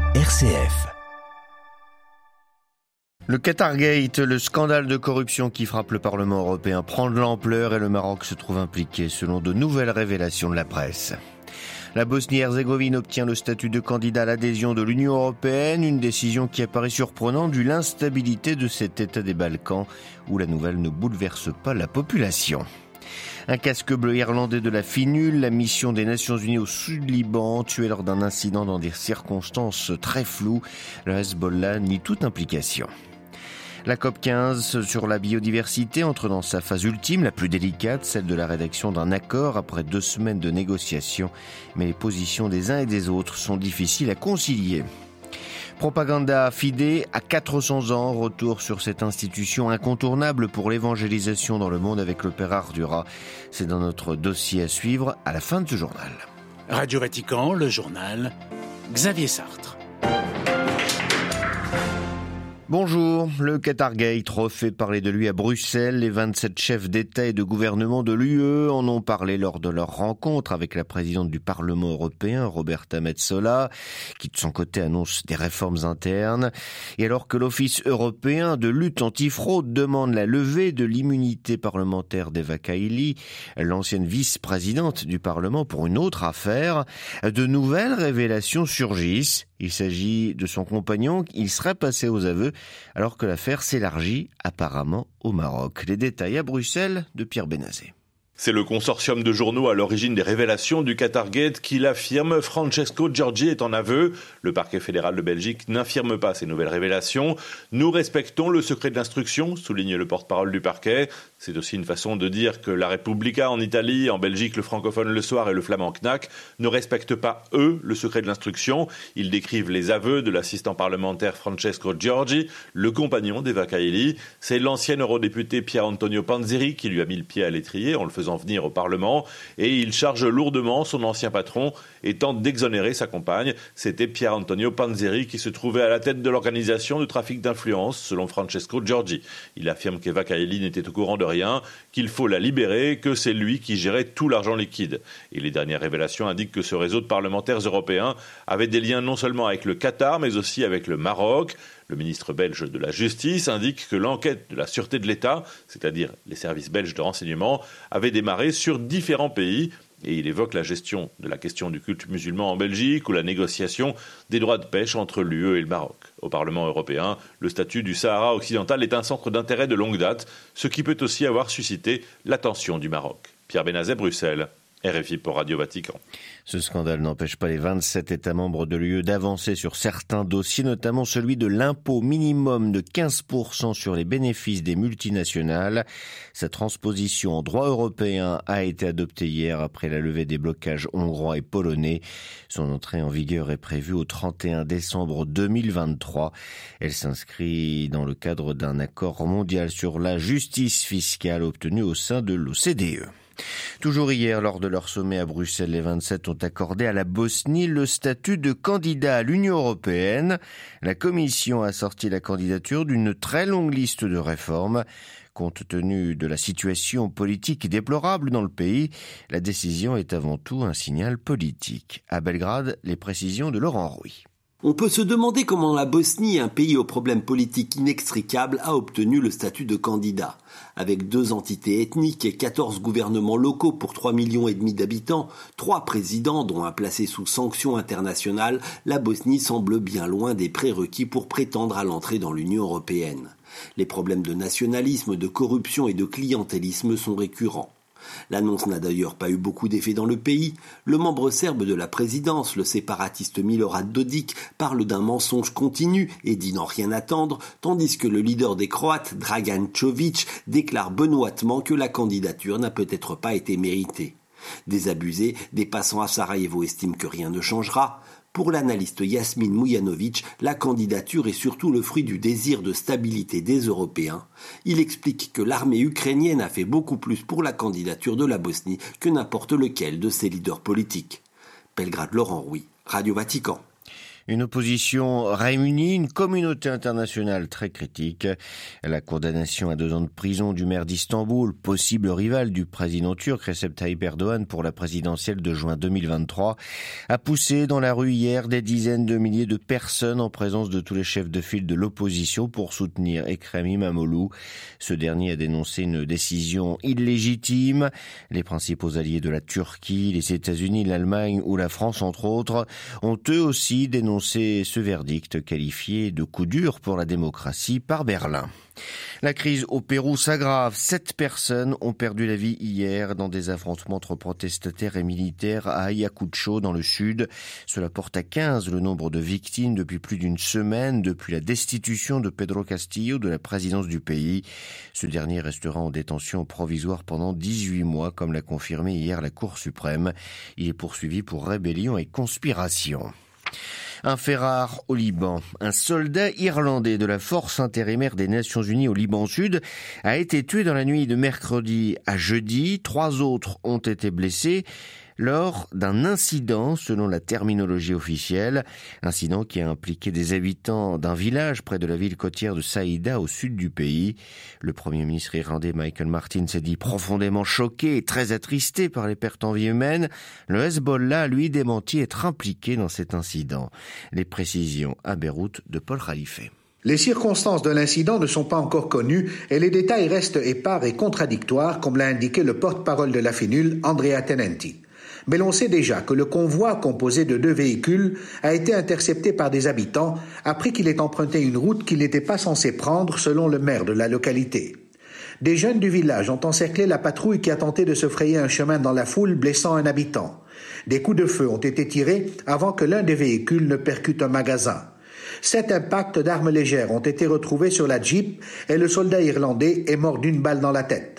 RCF. Le Qatargate, le scandale de corruption qui frappe le Parlement européen, prend de l'ampleur et le Maroc se trouve impliqué selon de nouvelles révélations de la presse. La Bosnie-Herzégovine obtient le statut de candidat à l'adhésion de l'Union européenne, une décision qui apparaît surprenante vu l'instabilité de cet État des Balkans où la nouvelle ne bouleverse pas la population. Un casque bleu irlandais de la FINUL, la mission des Nations Unies au Sud-Liban, tué lors d'un incident dans des circonstances très floues. Le Hezbollah nie toute implication. La COP15 sur la biodiversité entre dans sa phase ultime, la plus délicate, celle de la rédaction d'un accord après 2 semaines de négociations. Mais les positions des uns et des autres sont difficiles à concilier. Propaganda Fide à 400 ans, retour sur cette institution incontournable pour l'évangélisation dans le monde avec le Père Ardura. C'est dans notre dossier à suivre à la fin de ce journal. Radio Vatican, le journal, Xavier Sartre. Bonjour, le Qatargate refait parler de lui à Bruxelles. Les 27 chefs d'État et de gouvernement de l'UE en ont parlé lors de leur rencontre avec la présidente du Parlement européen, Roberta Metsola, qui de son côté annonce des réformes internes. Et alors que l'Office européen de lutte antifraude demande la levée de l'immunité parlementaire d'Eva Kaili, l'ancienne vice-présidente du Parlement pour une autre affaire, de nouvelles révélations surgissent. Il s'agit de son compagnon, il serait passé aux aveux alors que l'affaire s'élargit apparemment au Maroc. Les détails à Bruxelles de Pierre Benazet. C'est le consortium de journaux à l'origine des révélations du Qatargate qui l'affirme. Francesco Giorgi est en aveu. Le parquet fédéral de Belgique n'infirme pas ces nouvelles révélations. Nous respectons le secret de l'instruction, souligne le porte-parole du parquet. C'est aussi une façon de dire que la Repubblica en Italie, en Belgique le francophone Le Soir et le flamand Knack ne respectent pas, eux, le secret de l'instruction. Ils décrivent les aveux de l'assistant parlementaire Francesco Giorgi, le compagnon d'Eva Kaili. C'est l'ancien eurodéputé Pier Antonio Panzeri qui lui a mis le pied à l'étrier en le faisant venir au Parlement, et il charge lourdement son ancien patron et tente d'exonérer sa compagne. C'était Pier Antonio Panzeri qui se trouvait à la tête de l'organisation de trafic d'influence, selon Francesco Giorgi. Il affirme qu'Eva Kaili n'était au courant de rien, qu'il faut la libérer, que c'est lui qui gérait tout l'argent liquide. Et les dernières révélations indiquent que ce réseau de parlementaires européens avait des liens non seulement avec le Qatar, mais aussi avec le Maroc. Le ministre belge de la Justice indique que l'enquête de la Sûreté de l'État, c'est-à-dire les services belges de renseignement, avait démarré sur différents pays. Et il évoque la gestion de la question du culte musulman en Belgique ou la négociation des droits de pêche entre l'UE et le Maroc. Au Parlement européen, le statut du Sahara occidental est un centre d'intérêt de longue date, ce qui peut aussi avoir suscité l'attention du Maroc. Pierre Benazet, Bruxelles. RFI pour Radio Vatican. Ce scandale n'empêche pas les 27 États membres de l'UE d'avancer sur certains dossiers, notamment celui de l'impôt minimum de 15% sur les bénéfices des multinationales. Sa transposition en droit européen a été adoptée hier après la levée des blocages hongrois et polonais. Son entrée en vigueur est prévue au 31 décembre 2023. Elle s'inscrit dans le cadre d'un accord mondial sur la justice fiscale obtenu au sein de l'OCDE. Toujours hier, lors de leur sommet à Bruxelles, les 27 ont accordé à la Bosnie le statut de candidat à l'Union européenne. La Commission a sorti la candidature d'une très longue liste de réformes. Compte tenu de la situation politique déplorable dans le pays, la décision est avant tout un signal politique. À Belgrade, les précisions de Laurent Rouy. On peut se demander comment la Bosnie, un pays aux problèmes politiques inextricables, a obtenu le statut de candidat. Avec 2 entités ethniques et 14 gouvernements locaux pour 3,5 millions d'habitants, 3 présidents dont un placé sous sanction internationale, la Bosnie semble bien loin des prérequis pour prétendre à l'entrée dans l'Union européenne. Les problèmes de nationalisme, de corruption et de clientélisme sont récurrents. L'annonce n'a d'ailleurs pas eu beaucoup d'effet dans le pays. Le membre serbe de la présidence, le séparatiste Milorad Dodik, parle d'un mensonge continu et dit n'en rien attendre, tandis que le leader des Croates, Dragan Čović, déclare benoîtement que la candidature n'a peut-être pas été méritée. Désabusés, des passants à Sarajevo estiment que rien ne changera. Pour l'analyste Yasmin Mujanović, la candidature est surtout le fruit du désir de stabilité des Européens. Il explique que l'armée ukrainienne a fait beaucoup plus pour la candidature de la Bosnie que n'importe lequel de ses leaders politiques. Belgrade, Laurent Rouy, Radio Vatican. Une opposition réunie, une communauté internationale très critique. La condamnation à 2 ans de prison du maire d'Istanbul, possible rival du président turc Recep Tayyip Erdogan pour la présidentielle de juin 2023, a poussé dans la rue hier des dizaines de milliers de personnes en présence de tous les chefs de file de l'opposition pour soutenir Ekrem İmamoğlu. Ce dernier a dénoncé une décision illégitime. Les principaux alliés de la Turquie, les États-Unis, l'Allemagne ou la France, entre autres, ont eux aussi dénoncé ce verdict qualifié de coup dur pour la démocratie par Berlin. La crise au Pérou s'aggrave. 7 personnes ont perdu la vie hier dans des affrontements entre protestataires et militaires à Ayacucho, dans le sud. Cela porte à 15 le nombre de victimes depuis plus d'une semaine, depuis la destitution de Pedro Castillo de la présidence du pays. Ce dernier restera en détention provisoire pendant 18 mois, comme l'a confirmé hier la Cour suprême. Il est poursuivi pour rébellion et conspiration. Un fait rare au Liban. Un soldat irlandais de la force intérimaire des Nations Unies au Liban Sud a été tué dans la nuit de mercredi à jeudi. 3 autres ont été blessés lors d'un incident, selon la terminologie officielle. Incident qui a impliqué des habitants d'un village près de la ville côtière de Saïda, au sud du pays. Le Premier ministre irlandais Michael Martin s'est dit profondément choqué et très attristé par les pertes en vie humaine. Le Hezbollah, lui, démentit être impliqué dans cet incident. Les précisions à Beyrouth de Paul Khalife. Les circonstances de l'incident ne sont pas encore connues et les détails restent épars et contradictoires, comme l'a indiqué le porte-parole de la FINUL, Andrea Tenenti. Mais l'on sait déjà que le convoi, composé de 2 véhicules, a été intercepté par des habitants après qu'il ait emprunté une route qu'il n'était pas censé prendre, selon le maire de la localité. Des jeunes du village ont encerclé la patrouille qui a tenté de se frayer un chemin dans la foule, blessant un habitant. Des coups de feu ont été tirés avant que l'un des véhicules ne percute un magasin. 7 impacts d'armes légères ont été retrouvés sur la Jeep et le soldat irlandais est mort d'1 balle dans la tête.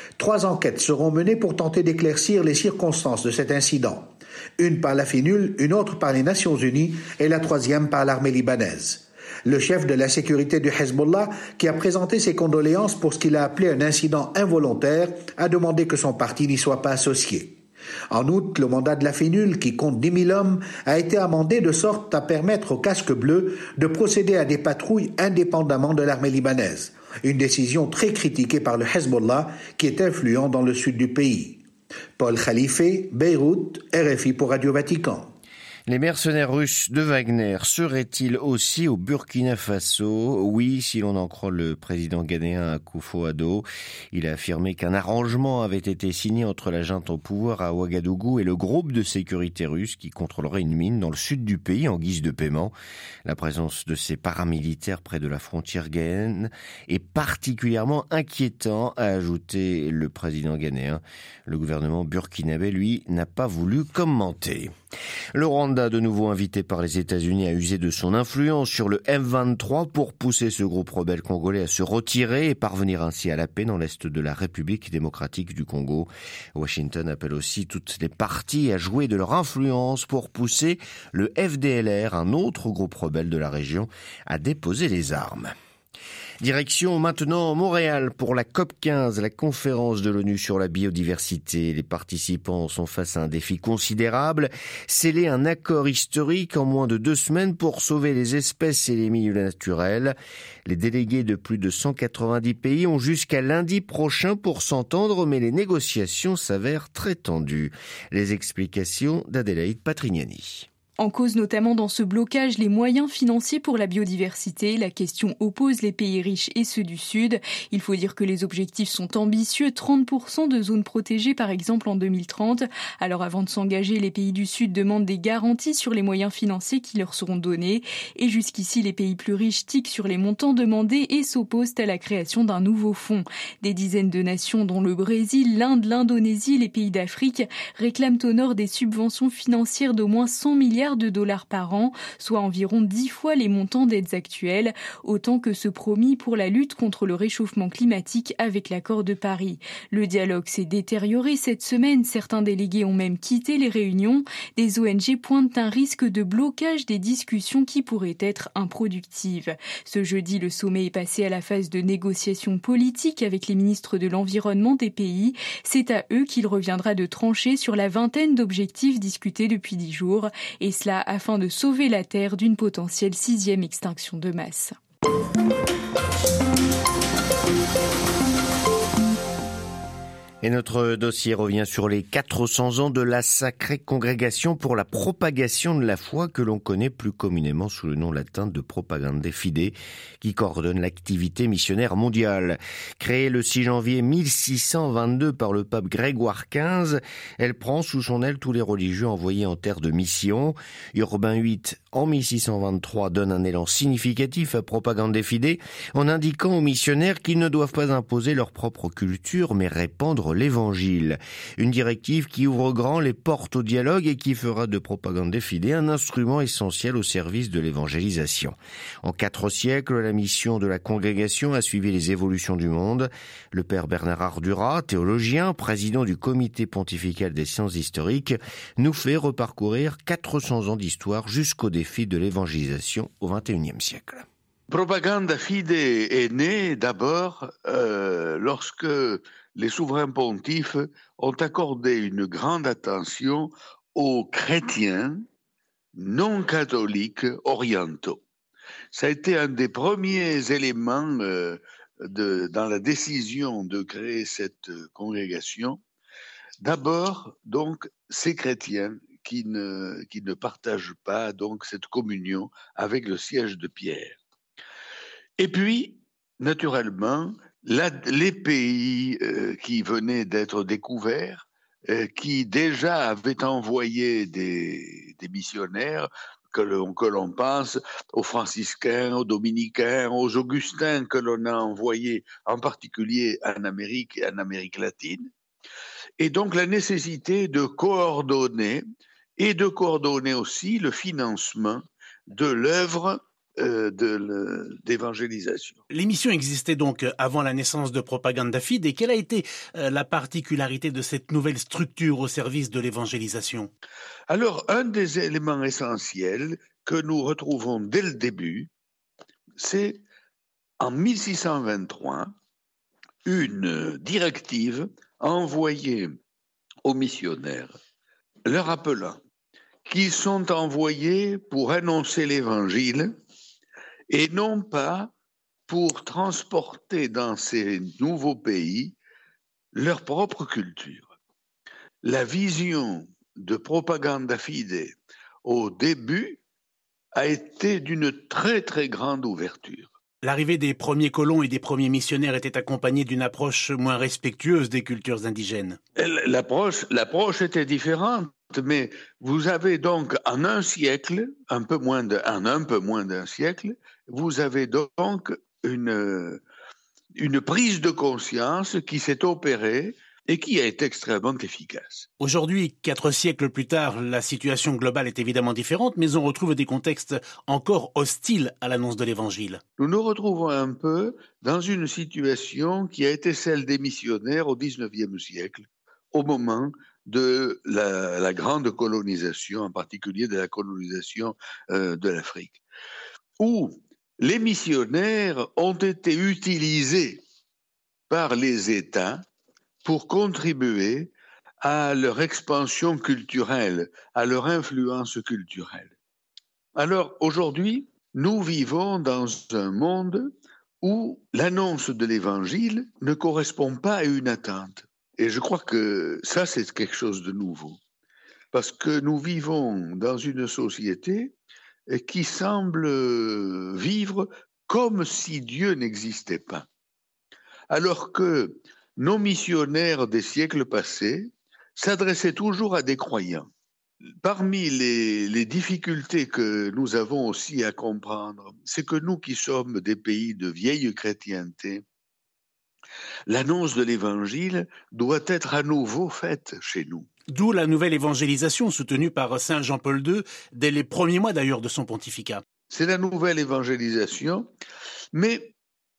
3 enquêtes seront menées pour tenter d'éclaircir les circonstances de cet incident. Une par la FINUL, une autre par les Nations Unies et la 3e par l'armée libanaise. Le chef de la sécurité du Hezbollah, qui a présenté ses condoléances pour ce qu'il a appelé un incident involontaire, a demandé que son parti n'y soit pas associé. En août, le mandat de la FINUL, qui compte 10 000 hommes, a été amendé de sorte à permettre aux casques bleus de procéder à des patrouilles indépendamment de l'armée libanaise. Une décision très critiquée par le Hezbollah, qui est influent dans le sud du pays. Paul Khalife, Beyrouth, RFI pour Radio Vatican. Les mercenaires russes de Wagner seraient-ils aussi au Burkina Faso? Oui, si l'on en croit le président ghanéen Akufo-Addo. Il a affirmé qu'un arrangement avait été signé entre la junte au pouvoir à Ouagadougou et le groupe de sécurité russe qui contrôlerait une mine dans le sud du pays en guise de paiement. La présence de ces paramilitaires près de la frontière ghanéenne est particulièrement inquiétant, a ajouté le président ghanéen. Le gouvernement burkinabé, lui, n'a pas voulu commenter. Le Rwanda, de nouveau invité par les États-Unis à user de son influence sur le M23 pour pousser ce groupe rebelle congolais à se retirer et parvenir ainsi à la paix dans l'est de la République démocratique du Congo. Washington appelle aussi toutes les parties à jouer de leur influence pour pousser le FDLR, un autre groupe rebelle de la région, à déposer les armes. Direction maintenant Montréal pour la COP15, la conférence de l'ONU sur la biodiversité. Les participants sont face à un défi considérable, sceller un accord historique en moins de 2 semaines pour sauver les espèces et les milieux naturels. Les délégués de plus de 190 pays ont jusqu'à lundi prochain pour s'entendre, mais les négociations s'avèrent très tendues. Les explications d'Adélaïde Patrignani. En cause notamment dans ce blocage les moyens financiers pour la biodiversité. La question oppose les pays riches et ceux du Sud. Il faut dire que les objectifs sont ambitieux, 30% de zones protégées par exemple en 2030. Alors avant de s'engager, les pays du Sud demandent des garanties sur les moyens financiers qui leur seront donnés. Et jusqu'ici, les pays plus riches tiquent sur les montants demandés et s'opposent à la création d'un nouveau fonds. Des dizaines de nations dont le Brésil, l'Inde, l'Indonésie, les pays d'Afrique réclament au nord des subventions financières d'au moins 100 milliards de dollars par an, soit environ 10 fois les montants d'aides actuelles, autant que ce promis pour la lutte contre le réchauffement climatique avec l'accord de Paris. Le dialogue s'est détérioré cette semaine, certains délégués ont même quitté les réunions. Des ONG pointent un risque de blocage des discussions qui pourraient être improductives. Ce jeudi, le sommet est passé à la phase de négociation politique avec les ministres de l'environnement des pays. C'est à eux qu'il reviendra de trancher sur la vingtaine d'objectifs discutés depuis 10 jours. Et et cela afin de sauver la Terre d'une potentielle 6e extinction de masse. Et notre dossier revient sur les 400 ans de la Sacrée Congrégation pour la propagation de la foi, que l'on connaît plus communément sous le nom latin de Propagandae Fidei, qui coordonne l'activité missionnaire mondiale. Créée le 6 janvier 1622 par le pape Grégoire XV, elle prend sous son aile tous les religieux envoyés en terre de mission. Urbain VIII, en 1623, donne un élan significatif à Propagandae Fidei en indiquant aux missionnaires qu'ils ne doivent pas imposer leur propre culture, mais répandre l'Évangile. Une directive qui ouvre grand les portes au dialogue et qui fera de Propagandae Fidei un instrument essentiel au service de l'évangélisation. En 4 siècles, la mission de la congrégation a suivi les évolutions du monde. Le père Bernard Ardura, théologien, président du comité pontifical des sciences historiques, nous fait reparcourir 400 ans d'histoire jusqu'au défi de l'évangélisation au XXIe siècle. Propagandae Fidei est née d'abord lorsque les souverains pontifes ont accordé une grande attention aux chrétiens non catholiques orientaux. Ça a été un des premiers éléments dans la décision de créer cette congrégation. D'abord, donc, ces chrétiens qui ne partagent pas donc cette communion avec le siège de Pierre. Et puis, naturellement, les pays qui venaient d'être découverts, qui déjà avaient envoyé des missionnaires, que l'on pense aux franciscains, aux dominicains, aux augustins que l'on a envoyés en particulier en Amérique et en Amérique latine. Et donc la nécessité de coordonner aussi le financement de l'œuvre d'évangélisation. L'émission existait donc avant la naissance de Propagandae Fidei. Quelle a été la particularité de cette nouvelle structure au service de l'évangélisation ? Alors, un des éléments essentiels que nous retrouvons dès le début, c'est en 1623, une directive envoyée aux missionnaires, leur rappelant qu'ils sont envoyés pour annoncer l'évangile et non pas pour transporter dans ces nouveaux pays leur propre culture. La vision de Propagandae Fidei au début a été d'une très très grande ouverture. L'arrivée des premiers colons et des premiers missionnaires était accompagnée d'une approche moins respectueuse des cultures indigènes. L'approche était différente, mais vous avez donc en un siècle, un peu moins d'un siècle, vous avez donc une prise de conscience qui s'est opérée et qui a été extrêmement efficace. Aujourd'hui, 4 siècles plus tard, la situation globale est évidemment différente, mais on retrouve des contextes encore hostiles à l'annonce de l'Évangile. Nous nous retrouvons un peu dans une situation qui a été celle des missionnaires au XIXe siècle, au moment de la grande colonisation, en particulier de la colonisation de l'Afrique, où les missionnaires ont été utilisés par les États pour contribuer à leur expansion culturelle, à leur influence culturelle. Alors aujourd'hui, nous vivons dans un monde où l'annonce de l'Évangile ne correspond pas à une attente. Et je crois que ça, c'est quelque chose de nouveau. Parce que nous vivons dans une société qui semble vivre comme si Dieu n'existait pas. Alors que nos missionnaires des siècles passés s'adressaient toujours à des croyants. Parmi les difficultés que nous avons aussi à comprendre, c'est que nous qui sommes des pays de vieille chrétienté, l'annonce de l'Évangile doit être à nouveau faite chez nous. D'où la nouvelle évangélisation soutenue par Saint Jean-Paul II dès les premiers mois d'ailleurs de son pontificat. C'est la nouvelle évangélisation, mais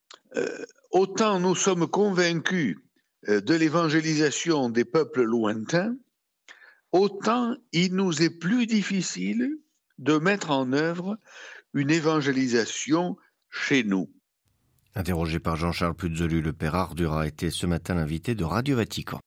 autant nous sommes convaincus de l'évangélisation des peuples lointains, autant il nous est plus difficile de mettre en œuvre une évangélisation chez nous. Interrogé par Jean-Charles Puzolu, le père Ardura était ce matin l'invité de Radio Vatican.